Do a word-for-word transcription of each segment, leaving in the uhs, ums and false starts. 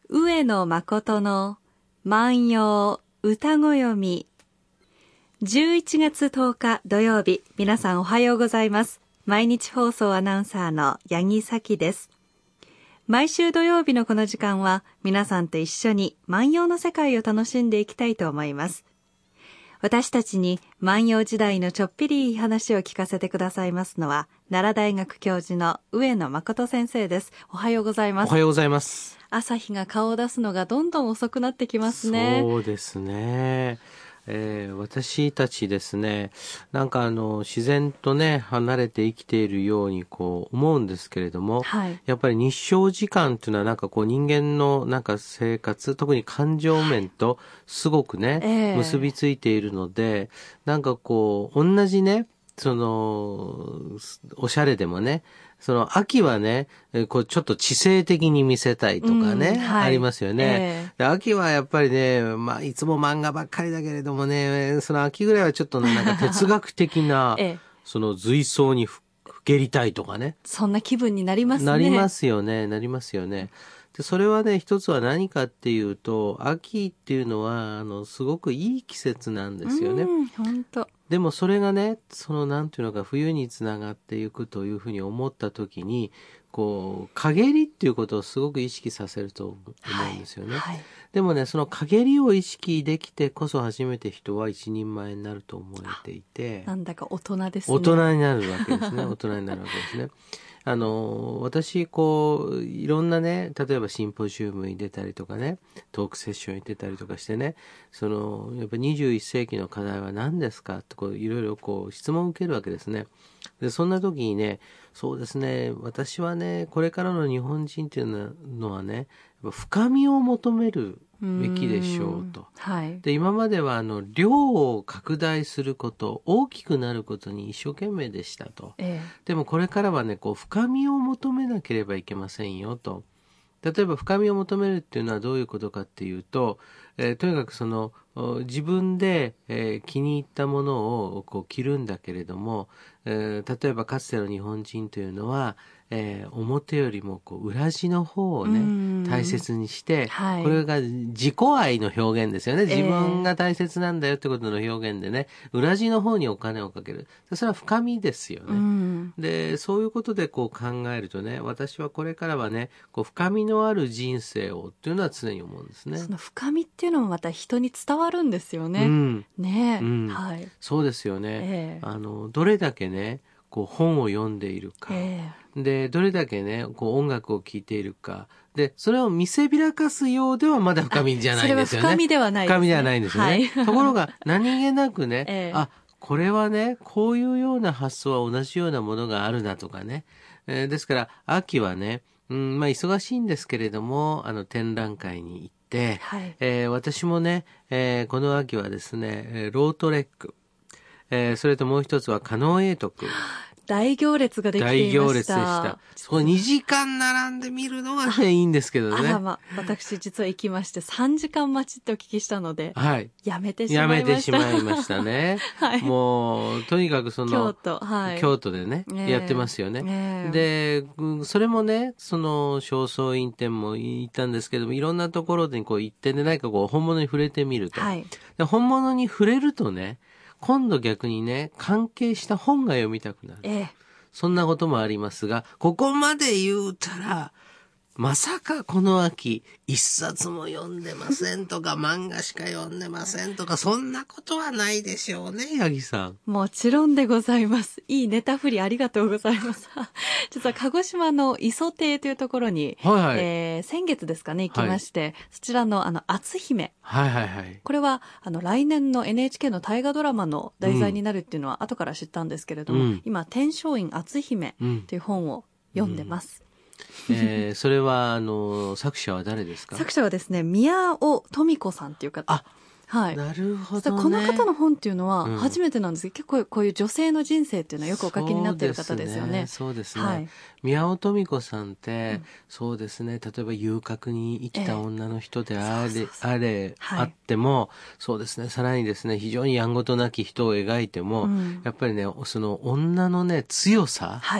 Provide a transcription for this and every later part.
上野誠の万葉歌ごよみ。じゅういちがつとおか土曜日、皆さんおはようございます。毎日放送アナウンサーの八木咲です。毎週土曜日のこの時間は、皆さんと一緒に万葉の世界を楽しんでいきたいと思います。私たちに万葉時代のちょっぴりいい話を聞かせてくださいますのは、奈良大学教授の上野誠先生です。おはようございます。 おはようございます。 朝日が顔を出すのがどんどん遅くなってきますね。 そうですね。えー、私たちですね、なんかあの自然とね離れて生きているようにこう思うんですけれども、はい、やっぱり日照時間っていうのはなんかこう人間のなんか生活、特に感情面とすごくね、えー、結びついているので、なんかこう同じね、そのおしゃれでもね、その秋はね、こうちょっと知性的に見せたいとかね、うんはい、ありますよね、えー、秋はやっぱりね、まあいつも漫画ばっかりだけれどもね、その秋ぐらいはちょっとなんか哲学的な、えー、その随想にふけりたいとかね。 そんな気分になりますね。 なりますよね、なりますよね。でそれはね、一つは何かっていうと、秋っていうのはあのすごくいい季節なんですよね。 うん、本当。 でもそれがね、そのなんていうのか冬につながっていくというふうに思ったときに、こう陰りっていうことをすごく意識させると思うんですよね、はいはい、でもね、その陰りを意識できてこそ初めて人は一人前になると思えていて、 なんだか大人ですね。 大人になるわけですね。大人になるわけですね。あの私こういろんなね、例えばシンポジウムに出たりとかね、トークセッションに出たりとかしてね、そのやっぱにじゅういっせいきの課題は何ですかってこういろいろこう質問を受けるわけですね。でそんな時にね、そうですね、私はね、これからの日本人っていうのはね、やっぱ深みを求めるべきでしょうと。はい、で今まではあの量を拡大すること、大きくなることに一生懸命でしたと、ええ、でもこれからはね、こう深みを求めなければいけませんよと。例えば深みを求めるっていうのはどういうことかっていうと、えー、とにかくその自分で、えー、気に入ったものをこう着るんだけれども、えー、例えばかつての日本人というのは、えー、表よりもこう裏地の方をね大切にして、はい、これが自己愛の表現ですよね。自分が大切なんだよってことの表現でね、裏地の方にお金をかける。それは深みですよね。でそういうことでこう考えるとね、私はこれからはね、こう深みのある人生をっていうのは常に思うんですね。 その深みっていうのもまた人に伝わるんですよね。うん、ね、うん、はい。 そうですよね。えー、あのどれだけね、こう本を読んでいるか、えー、でどれだけね、こう音楽を聴いているかで、それを見せびらかすようではまだ深みじゃないんですよね。 それは深みではないですね。 深みではないんですよね。はい、ところが何気なくね、えー、あ、これはね、こういうような発想は同じようなものがあるなとかね、えー、ですから秋はね、うん、まあ忙しいんですけれども、あの展覧会に行って、はい、えー、私もね、えー、この秋はですね、ロートレック、えー、それともう一つはカノーエイトク。 大行列ができていました。 大行列でした。そこにじかん並んで見るのがね、いいんですけどね。 あらま、私実は行きましてさんじかん待ちってお聞きしたので、はい、やめてしまいました。 やめてしまいましたね。はい、もうとにかくその京都、はい、 京都でね、えー、やってますよね。えー、で、それもね、その正倉院展も行ったんですけども、いろんなところにこう行ってね、何かこう本物に触れてみると、はい、で本物に触れるとね、今度逆にね、関係した本が読みたくなる。ええ、そんなこともありますが、ここまで言うたら、まさかこの秋、一冊も読んでませんとか、漫画しか読んでませんとか、そんなことはないでしょうね、八木さん。 もちろんでございます。いいネタ振りありがとうございます。実は鹿児島の磯亭というところに、はいはい、えー、先月ですかね、行きまして、はい、そちらのあの、篤姫。はいはいはい。これは、あの、来年の エヌエイチケー の大河ドラマの題材になるっていうのは後から知ったんですけれども、うん、今、天璋院篤姫という本を読んでます。 うんえー、それはあの作者は誰ですか？ 作者はですね、宮尾富子さんっていう方。 あ、はい、なるほどね。 この方の本っていうのは初めてなんですけど、うん、結構こういう女性の人生っていうのはよくお書きになっている方ですよね。 そうですね。はい、宮尾富子さんって、うん、そうですね。例えば遊郭に生きた女の人であれ、えー、あれ、はい、あっても、そうですね。さらにですね、非常にやんごとなき人を描いても、うん、やっぱりね、その女のね、強さ。はい、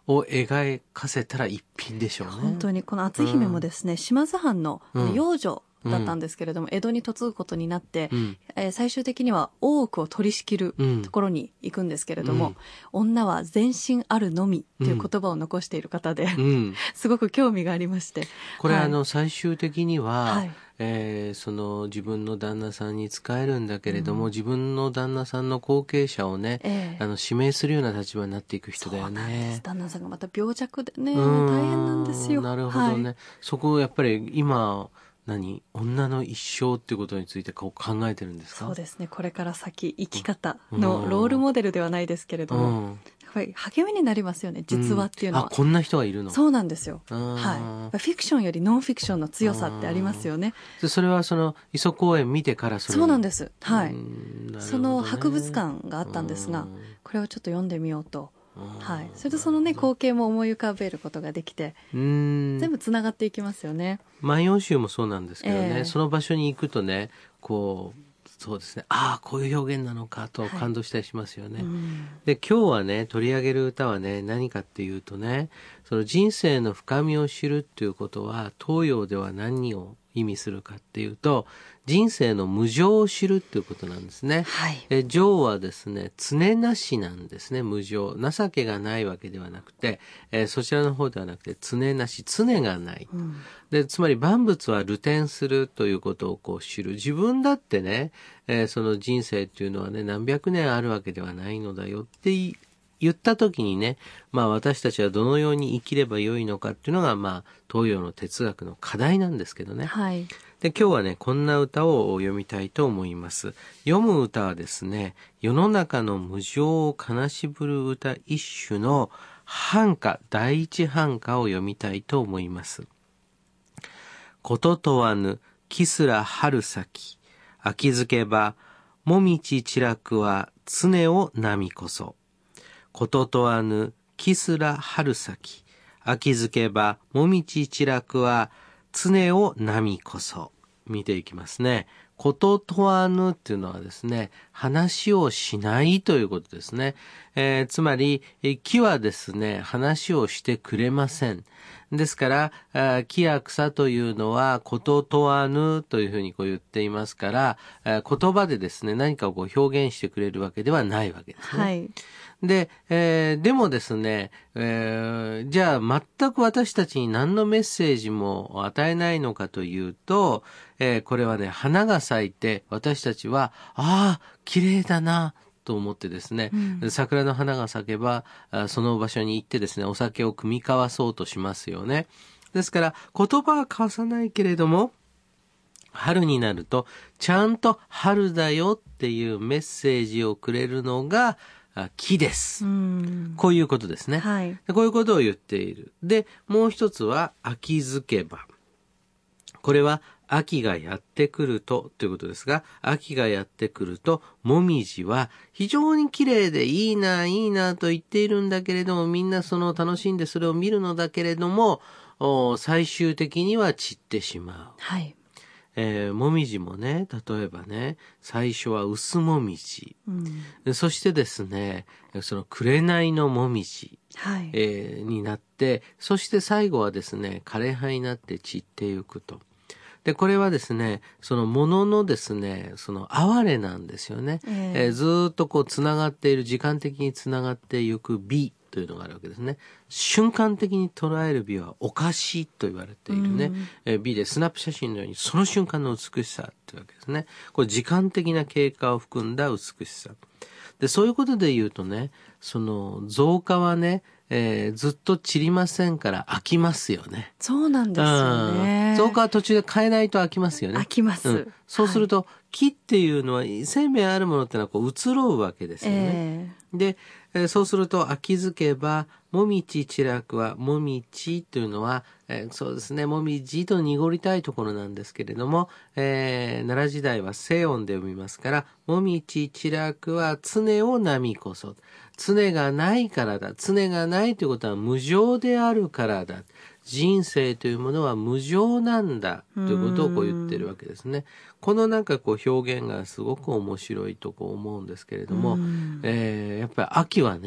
を描かせたら一品でしょうね。 本当にこの篤姫もですね、うん、島津藩の養女だったんですけれども、うん、江戸に嫁ぐことになって、うん、えー、最終的には大奥を取り仕切るところに行くんですけれども、うん、女は全身あるのみという言葉を残している方で、うん、すごく興味がありまして、 これ、はい、あの最終的には、はい、えー、その自分の旦那さんに仕えるんだけれども、うん、自分の旦那さんの後継者をね、えー、あの指名するような立場になっていく人だよね。 そうなんです。旦那さんがまた病弱でね、大変なんですよ。 なるほどね、はい、そこをやっぱり今何女の一生っていうことについてこう考えてるんですか？ そうですね、これから先生き方のロールモデルではないですけれども、うん、やっぱり励みになりますよね、実話っていうのは、 うん、あ、こんな人がいるの。 そうなんですよ、はい、フィクションよりノンフィクションの強さってありますよね。 でそれはその磯公園見てからそれそうなんです、はい、ね、その博物館があったんですが、これをちょっと読んでみようと、はい、それとそのね光景も思い浮かべることができて、うーん、全部つながっていきますよね。 万葉集もそうなんですけどね、えー、その場所に行くとね、こうそうですね、ああこういう表現なのかと感動したりしますよね、はい、で今日はね取り上げる歌はね何かっていうとね、その人生の深みを知るっていうことは東洋では何を意味するかっていうと、人生の無常を知るっていうことなんですね、はい、え情はですね常なしなんですね。無常、情けがないわけではなくて、えー、そちらの方ではなくて常なし、常がない、うん、でつまり万物は流転するということをこう知る。自分だってね、えー、その人生っていうのはね何百年あるわけではないのだよって言った時にね、まあ私たちはどのように生きればよいのかっていうのがまあ東洋の哲学の課題なんですけどね、はい、で今日はねこんな歌を読みたいと思います。読む歌はですね、世の中の無常を悲しぶる歌一首の半歌、第一半歌を読みたいと思います。こと問わぬきすら春先、秋づけばもみちちらくは常を波こそ。こと問わぬきすら春先、秋づけばもみちちらくは常を波こそ。見ていきますね。こと問わぬっていうのはですね、話をしないということですね。えー、つまり木はですね、話をしてくれません。ですから木や草というのはこと問わぬというふうにこう言っていますから、言葉でですね何かをこう表現してくれるわけではないわけですね。はい、で、えー、でもですね、えー、じゃあ全く私たちに何のメッセージも与えないのかというと、えー、これはね花が咲いて私たちはああ綺麗だなと思ってですね、うん、桜の花が咲けばその場所に行ってですねお酒を酌み交わそうとしますよね。ですから言葉は交わさないけれども春になるとちゃんと春だよっていうメッセージをくれるのが木です。うんこういうことですね、はい、こういうことを言っている。でもう一つは秋づけば、これは秋がやってくるとということですが、秋がやってくるともみじは非常に綺麗でいいないいなと言っているんだけれども、みんなその楽しんでそれを見るのだけれども最終的には散ってしまう、はい、えー、もみじもね、例えばね最初は薄もみじ、うん、そしてですねその紅のもみじ、はいえー、になって、そして最後はですね枯葉になって散っていくと。でこれはですねそのもののですねその哀れなんですよね、えーえー、ずっとこうつながっている、時間的につながっていく美というのがあるわけですね。瞬間的に捉える美はおかしいと言われているね、うんえー、美でスナップ写真のようにその瞬間の美しさというわけですね。これ時間的な経過を含んだ美しさで、そういうことで言うとね、その増加はねえー、ずっと散りませんから飽きますよね。 そうなんですよね。 増加は途中で変えないと飽きますよね。 飽きます、うん、 そうすると、はい、木っていうのは生命あるものってのはこう移ろうわけですよね、えー、で、えー、そうすると秋づけばもみちちらくは、もみちというのは、えー、そうですねもみじと濁りたいところなんですけれども、えー、奈良時代は静音で読みますから、もみちちらくは常を波こそ、常がないからだ。常がないということは無常であるからだ。人生というものは無常なんだということをこう言ってるわけですね。このなんかこう表現がすごく面白いとこう思うんですけれども、えー、やっぱり秋はね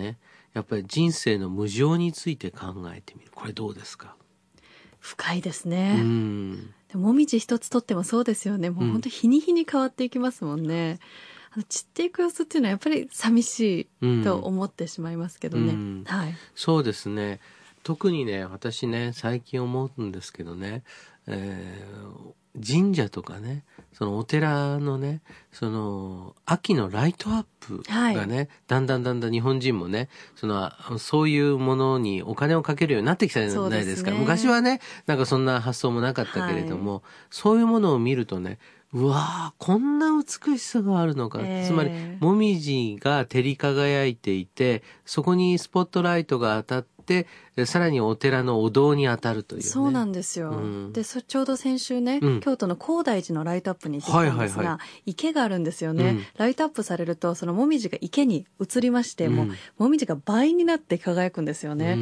やっぱり人生の無常について考えてみる。これどうですか？ 深いですね。 うん。 でもみじ一つとってもそうですよね。もう本当日に日に変わっていきますもんね。あの散っていく様子っていうのはやっぱり寂しいと思ってしまいますけどね。 うん、 はい。 そうですね。特にね、私ね、最近思うんですけどね、えー神社とかね、そのお寺のね、その秋のライトアップがね、はい、だんだんだんだん日本人もね、そのそういうものにお金をかけるようになってきたじゃないですか。昔はね、なんかそんな発想もなかったけれども、はい、そういうものを見るとね、うわー、こんな美しさがあるのか、えー、つまりもみじが照り輝いていて、そこにスポットライトが当たって、さらにお寺のお堂に当たるというね。 そうなんですよ。うん、でちょうど先週ね、うん、京都の高台寺のライトアップに行ってきたんですが、はいはいはい、池があるんですよね、うん、ライトアップされるとそのもみじが池に移りまして、うん、もうもみじが倍になって輝くんですよね、うん、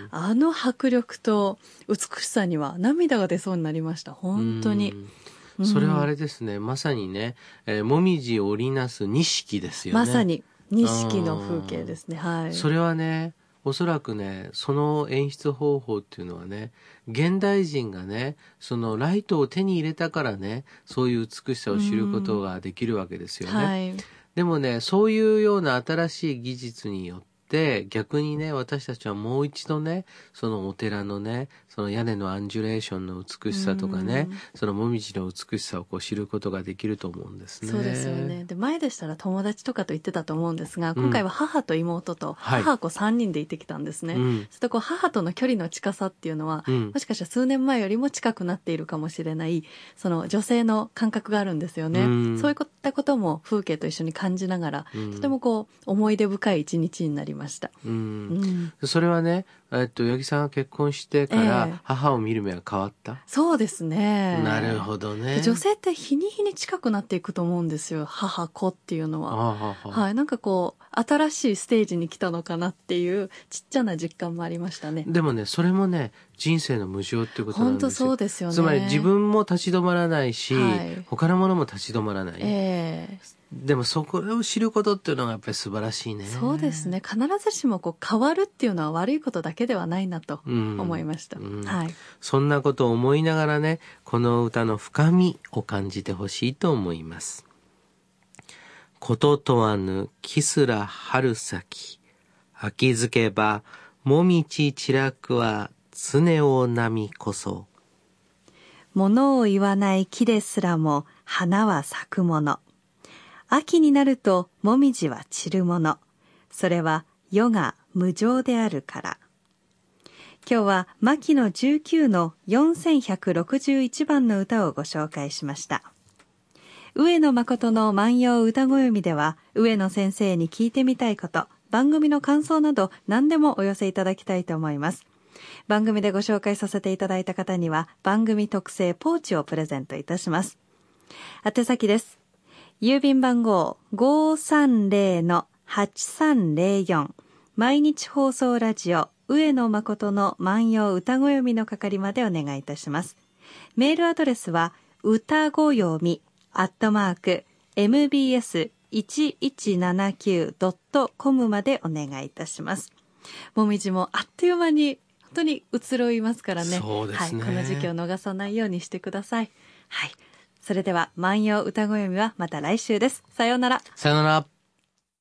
あの迫力と美しさには涙が出そうになりました。本当に、 うん、それはあれですね、まさにね、えー、もみじ織りなす錦ですよね。 まさに錦の風景ですね。はい。 それはね、おそらくね、その演出方法っていうのはね、現代人がね、そのライトを手に入れたからね、そういう美しさを知ることができるわけですよね。はい、でもね、そういうような新しい技術によってで逆にね、私たちはもう一度ね、そのお寺のね、その屋根のアンジュレーションの美しさとかね、そのもみじの美しさをこう知ることができると思うんですね。 そうですよね。で、前でしたら友達とかと言ってたと思うんですが、今回は母と妹と母子さんにんで行ってきたんですね。はい、そしてこう母との距離の近さっていうのは、うん、もしかしたら数年前よりも近くなっているかもしれない、その女性の感覚があるんですよね。うん、そういったことも風景と一緒に感じながら、うん、とてもこう思い出深い一日になりました。 うんうん、それはね、えっと、八木さんが結婚してから母を見る目が変わった、えー、 そうですね。 なるほどね。 女性って日に日に近くなっていくと思うんですよ、母子っていうのは。はははい、なんかこう新しいステージに来たのかなっていうちっちゃな実感もありましたね。 でもね、それもね、人生の無常っていうことなんですよ。 本当そうですよね。 つまり自分も立ち止まらないし、はい、他のものも立ち止まらない、えー、でもそこを知ることっていうのがやっぱり素晴らしいね。 そうですね。必ずしもこう変わるっていうのは悪いことだけではないなと思いました、うんうん、はい、 そんなことを思いながらね、この歌の深みを感じてほしいと思います。こと問わぬきすら春先、秋づけばもみち散らくは常を波こそ。 物を言わない木ですらも花は咲くもの。秋になるともみじは散るもの。それは世が無常であるから。今日は牧野じゅうきゅうのよんせんひゃくろくじゅういちばんの歌をご紹介しました。上野誠の万葉歌ご読みでは、上野先生に聞いてみたいこと、番組の感想など何でもお寄せいただきたいと思います。番組でご紹介させていただいた方には番組特製ポーチをプレゼントいたします。宛先です。郵便番号 ごーさんぜろのはちさんぜろよん 毎日放送ラジオ上野誠の万葉歌ご読みの係までお願いいたします。メールアドレスは歌ご読みアットマーク エムビーエスいちいちななきゅうドットコム までお願いいたします。もみじもあっという間に本当に移ろいますからね。 そうですね。 はい、この時期を逃さないようにしてください。はい。それでは万葉歌ご読みはまた来週です。さようなら。 さようなら。